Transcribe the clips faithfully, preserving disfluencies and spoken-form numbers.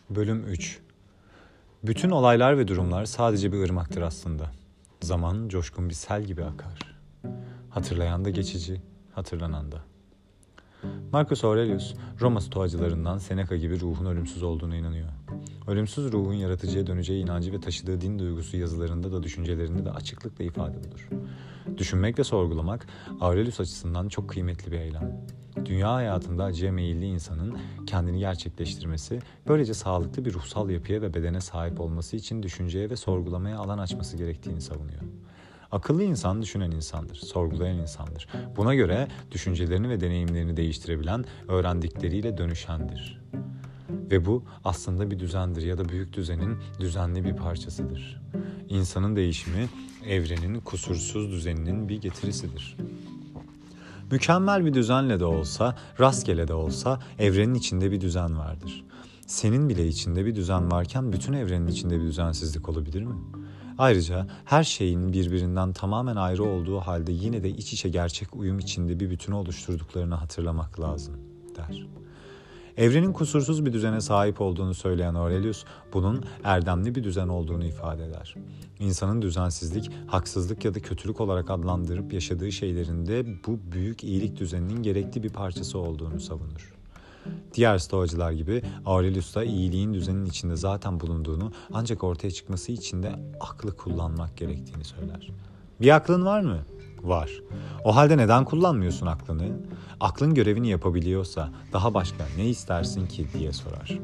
Bölüm üç. Bütün olaylar ve durumlar sadece bir ırmaktır aslında. Zaman coşkun bir sel gibi akar. Hatırlayan da geçici, hatırlanan da. Marcus Aurelius, Roma stoacılarından Seneca gibi ruhun ölümsüz olduğuna inanıyor. Ölümsüz ruhun yaratıcıya döneceği inancı ve taşıdığı din duygusu yazılarında da düşüncelerinde de açıklıkla ifade bulur. Düşünmek ve sorgulamak Aurelius açısından çok kıymetli bir eylem. Dünya hayatında acıya meyilli insanın kendini gerçekleştirmesi, böylece sağlıklı bir ruhsal yapıya ve bedene sahip olması için düşünceye ve sorgulamaya alan açması gerektiğini savunuyor. Akıllı insan düşünen insandır, sorgulayan insandır. Buna göre düşüncelerini ve deneyimlerini değiştirebilen, öğrendikleriyle dönüşendir. Ve bu aslında bir düzendir ya da büyük düzenin düzenli bir parçasıdır. İnsanın değişimi, evrenin kusursuz düzeninin bir getirisidir. Mükemmel bir düzenle de olsa, rastgele de olsa evrenin içinde bir düzen vardır. Senin bile içinde bir düzen varken bütün evrenin içinde bir düzensizlik olabilir mi? Ayrıca her şeyin birbirinden tamamen ayrı olduğu halde yine de iç içe gerçek uyum içinde bir bütünü oluşturduklarını hatırlamak lazım, der. Evrenin kusursuz bir düzene sahip olduğunu söyleyen Aurelius, bunun erdemli bir düzen olduğunu ifade eder. İnsanın düzensizlik, haksızlık ya da kötülük olarak adlandırıp yaşadığı şeylerin de bu büyük iyilik düzeninin gerekli bir parçası olduğunu savunur. Diğer stoacılar gibi Aurelius da iyiliğin düzenin içinde zaten bulunduğunu, ancak ortaya çıkması için de aklı kullanmak gerektiğini söyler. Bir aklın var mı? Var. O halde neden kullanmıyorsun aklını? Aklın görevini yapabiliyorsa daha başka ne istersin ki diye sorar.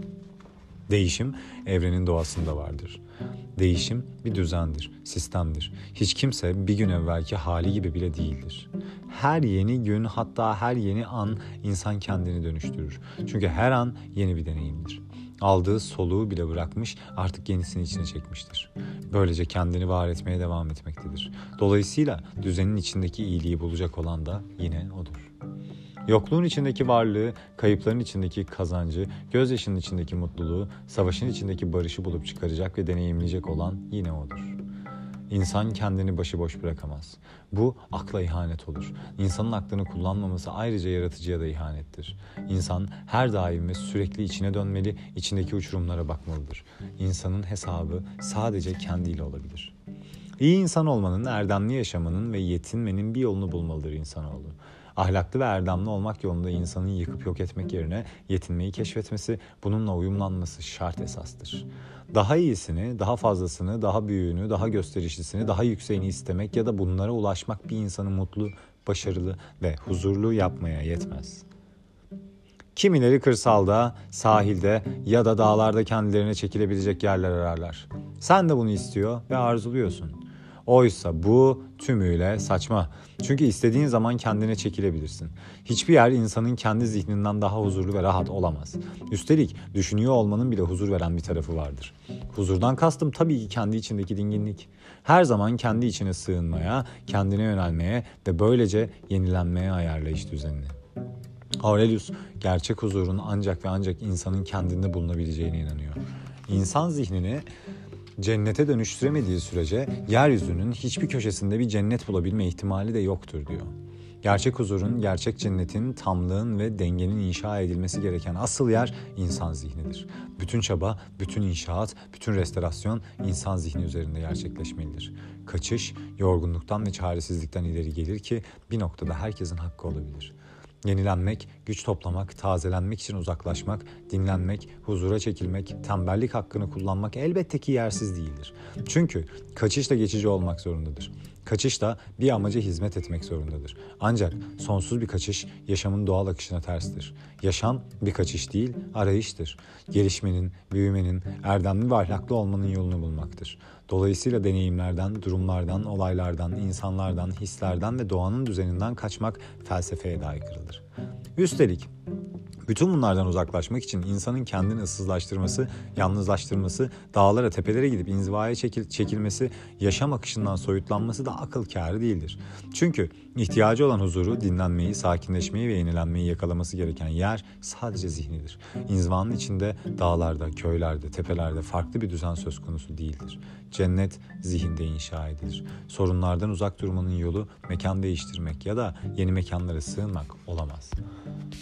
Değişim evrenin doğasında vardır. Değişim bir düzendir, sistemdir. Hiç kimse bir gün evvelki hali gibi bile değildir. Her yeni gün, hatta her yeni an insan kendini dönüştürür. Çünkü her an yeni bir deneyimdir. Aldığı soluğu bile bırakmış, artık yenisini içine çekmiştir. Böylece kendini var etmeye devam etmektedir. Dolayısıyla düzenin içindeki iyiliği bulacak olan da yine odur. Yokluğun içindeki varlığı, kayıpların içindeki kazancı, gözyaşının içindeki mutluluğu, savaşın içindeki barışı bulup çıkaracak ve deneyimleyecek olan yine odur. İnsan kendini başıboş bırakamaz. Bu akla ihanet olur. İnsanın aklını kullanmaması ayrıca yaratıcıya da ihanettir. İnsan her daim ve sürekli içine dönmeli, içindeki uçurumlara bakmalıdır. İnsanın hesabı sadece kendiyle olabilir. İyi insan olmanın, erdemli yaşamanın ve yetinmenin bir yolunu bulmalıdır insanoğlu. Ahlaklı ve erdemli olmak yolunda insanın yıkıp yok etmek yerine yetinmeyi keşfetmesi, bununla uyumlanması şart esastır. Daha iyisini, daha fazlasını, daha büyüğünü, daha gösterişlisini, daha yükseğini istemek ya da bunlara ulaşmak bir insanı mutlu, başarılı ve huzurlu yapmaya yetmez. Kimileri kırsalda, sahilde ya da dağlarda kendilerine çekilebilecek yerler ararlar. Sen de bunu istiyor ve arzuluyorsun. Oysa bu tümüyle saçma. Çünkü istediğin zaman kendine çekilebilirsin. Hiçbir yer insanın kendi zihninden daha huzurlu ve rahat olamaz. Üstelik düşünüyor olmanın bile huzur veren bir tarafı vardır. Huzurdan kastım tabii ki kendi içindeki dinginlik. Her zaman kendi içine sığınmaya, kendine yönelmeye ve böylece yenilenmeye ayarlayış düzenini. Aurelius, gerçek huzurun ancak ve ancak insanın kendinde bulunabileceğine inanıyor. İnsan zihnini cennete dönüştüremediği sürece yeryüzünün hiçbir köşesinde bir cennet bulabilme ihtimali de yoktur diyor. Gerçek huzurun, gerçek cennetin, tamlığın ve dengenin inşa edilmesi gereken asıl yer insan zihnidir. Bütün çaba, bütün inşaat, bütün restorasyon insan zihni üzerinde gerçekleşmelidir. Kaçış, yorgunluktan ve çaresizlikten ileri gelir ki bir noktada herkesin hakkı olabilir. Yenilenmek, güç toplamak, tazelenmek için uzaklaşmak, dinlenmek, huzura çekilmek, tembellik hakkını kullanmak elbette ki yersiz değildir. Çünkü kaçış da geçici olmak zorundadır. Kaçış da bir amaca hizmet etmek zorundadır. Ancak sonsuz bir kaçış yaşamın doğal akışına terstir. Yaşam bir kaçış değil, arayıştır. Gelişmenin, büyümenin, erdemli ve ahlaklı olmanın yolunu bulmaktır. Dolayısıyla deneyimlerden, durumlardan, olaylardan, insanlardan, hislerden ve doğanın düzeninden kaçmak felsefeye de aykırıdır. Üstelik bütün bunlardan uzaklaşmak için insanın kendini ıssızlaştırması, yalnızlaştırması, dağlara, tepelere gidip inzivaya çekil, çekilmesi, yaşam akışından soyutlanması da akıl kârı değildir. Çünkü ihtiyacı olan huzuru, dinlenmeyi, sakinleşmeyi ve yenilenmeyi yakalaması gereken yer sadece zihnidir. İnzivanın içinde dağlarda, köylerde, tepelerde farklı bir düzen söz konusu değildir. Cennet zihinde inşa edilir. Sorunlardan uzak durmanın yolu mekan değiştirmek ya da yeni mekanlara sığınmak olamaz.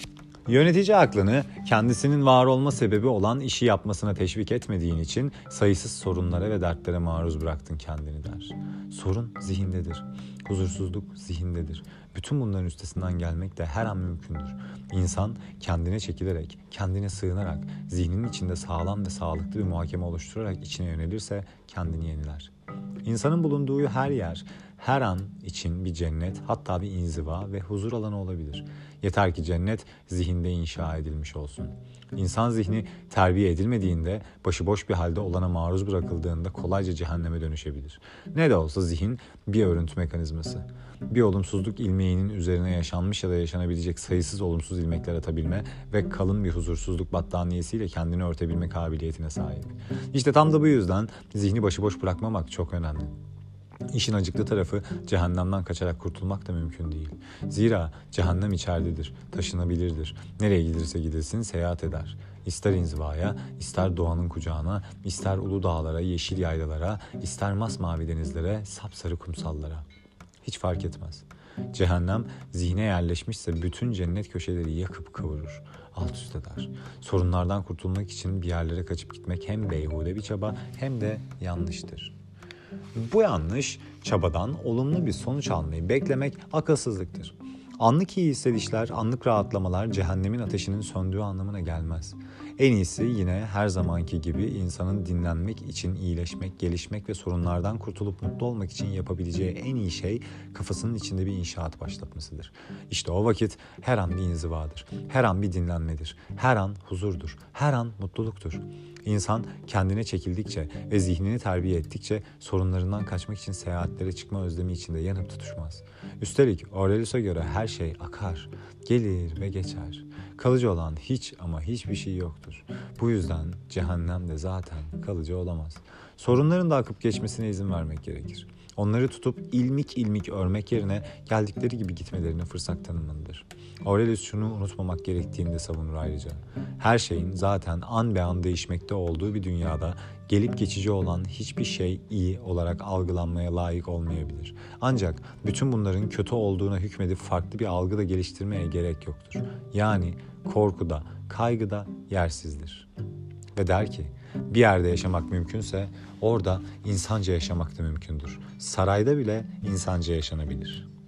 Yönetici aklını kendisinin var olma sebebi olan işi yapmasına teşvik etmediğin için sayısız sorunlara ve dertlere maruz bıraktın kendini der. Sorun zihindedir. Huzursuzluk zihindedir. Bütün bunların üstesinden gelmek de her an mümkündür. İnsan kendine çekilerek, kendine sığınarak, zihninin içinde sağlam ve sağlıklı bir muhakeme oluşturarak içine yönelirse kendini yeniler. İnsanın bulunduğu her yer, her an için bir cennet, hatta bir inziva ve huzur alanı olabilir. Yeter ki cennet zihinde inşa edilmiş olsun. İnsan zihni terbiye edilmediğinde, başıboş bir halde olana maruz bırakıldığında kolayca cehenneme dönüşebilir. Ne de olsa zihin bir örüntü mekanizması. Bir olumsuzluk ilmeğinin üzerine yaşanmış ya da yaşanabilecek sayısız olumsuz ilmekler atabilme ve kalın bir huzursuzluk battaniyesiyle kendini örtebilme kabiliyetine sahip. İşte tam da bu yüzden zihni başıboş bırakmamak çok önemli. İşin acıklı tarafı cehennemden kaçarak kurtulmak da mümkün değil. Zira cehennem içeridedir, taşınabilirdir. Nereye gidilirse gidilsin seyahat eder. İster inzivaya, ister doğanın kucağına, ister ulu dağlara, yeşil yaylalara, ister masmavi denizlere, sapsarı kumsallara. Hiç fark etmez. Cehennem zihne yerleşmişse bütün cennet köşeleri yakıp kavurur, alt üst eder. Sorunlardan kurtulmak için bir yerlere kaçıp gitmek hem beyhude bir çaba hem de yanlıştır. Bu yanlış çabadan olumlu bir sonuç almayı beklemek akılsızlıktır. Anlık iyi hissedişler, anlık rahatlamalar cehennemin ateşinin söndüğü anlamına gelmez. En iyisi yine her zamanki gibi insanın dinlenmek için iyileşmek, gelişmek ve sorunlardan kurtulup mutlu olmak için yapabileceği en iyi şey kafasının içinde bir inşaat başlatmasıdır. İşte o vakit her an bir inzivadır, her an bir dinlenmedir, her an huzurdur, her an mutluluktur. İnsan kendine çekildikçe ve zihnini terbiye ettikçe sorunlarından kaçmak için seyahatlere çıkma özlemi içinde yanıp tutuşmaz. Üstelik Aurelius'a göre her şey akar, gelir ve geçer. Kalıcı olan hiç ama hiçbir şey yoktur. Bu yüzden cehennem de zaten kalıcı olamaz. Sorunların da akıp geçmesine izin vermek gerekir. Onları tutup ilmik ilmik örmek yerine geldikleri gibi gitmelerine fırsat tanımalıdır. Aurelius şunu unutmamak gerektiğini de savunur ayrıca. Her şeyin zaten an be an değişmekte olduğu bir dünyada gelip geçici olan hiçbir şey iyi olarak algılanmaya layık olmayabilir. Ancak bütün bunların kötü olduğuna hükmedip farklı bir algı da geliştirmeye gerek yoktur. Yani korku da, kaygı da yersizdir. Ve der ki, bir yerde yaşamak mümkünse orada insanca yaşamak da mümkündür. Sarayda bile insanca yaşanabilir.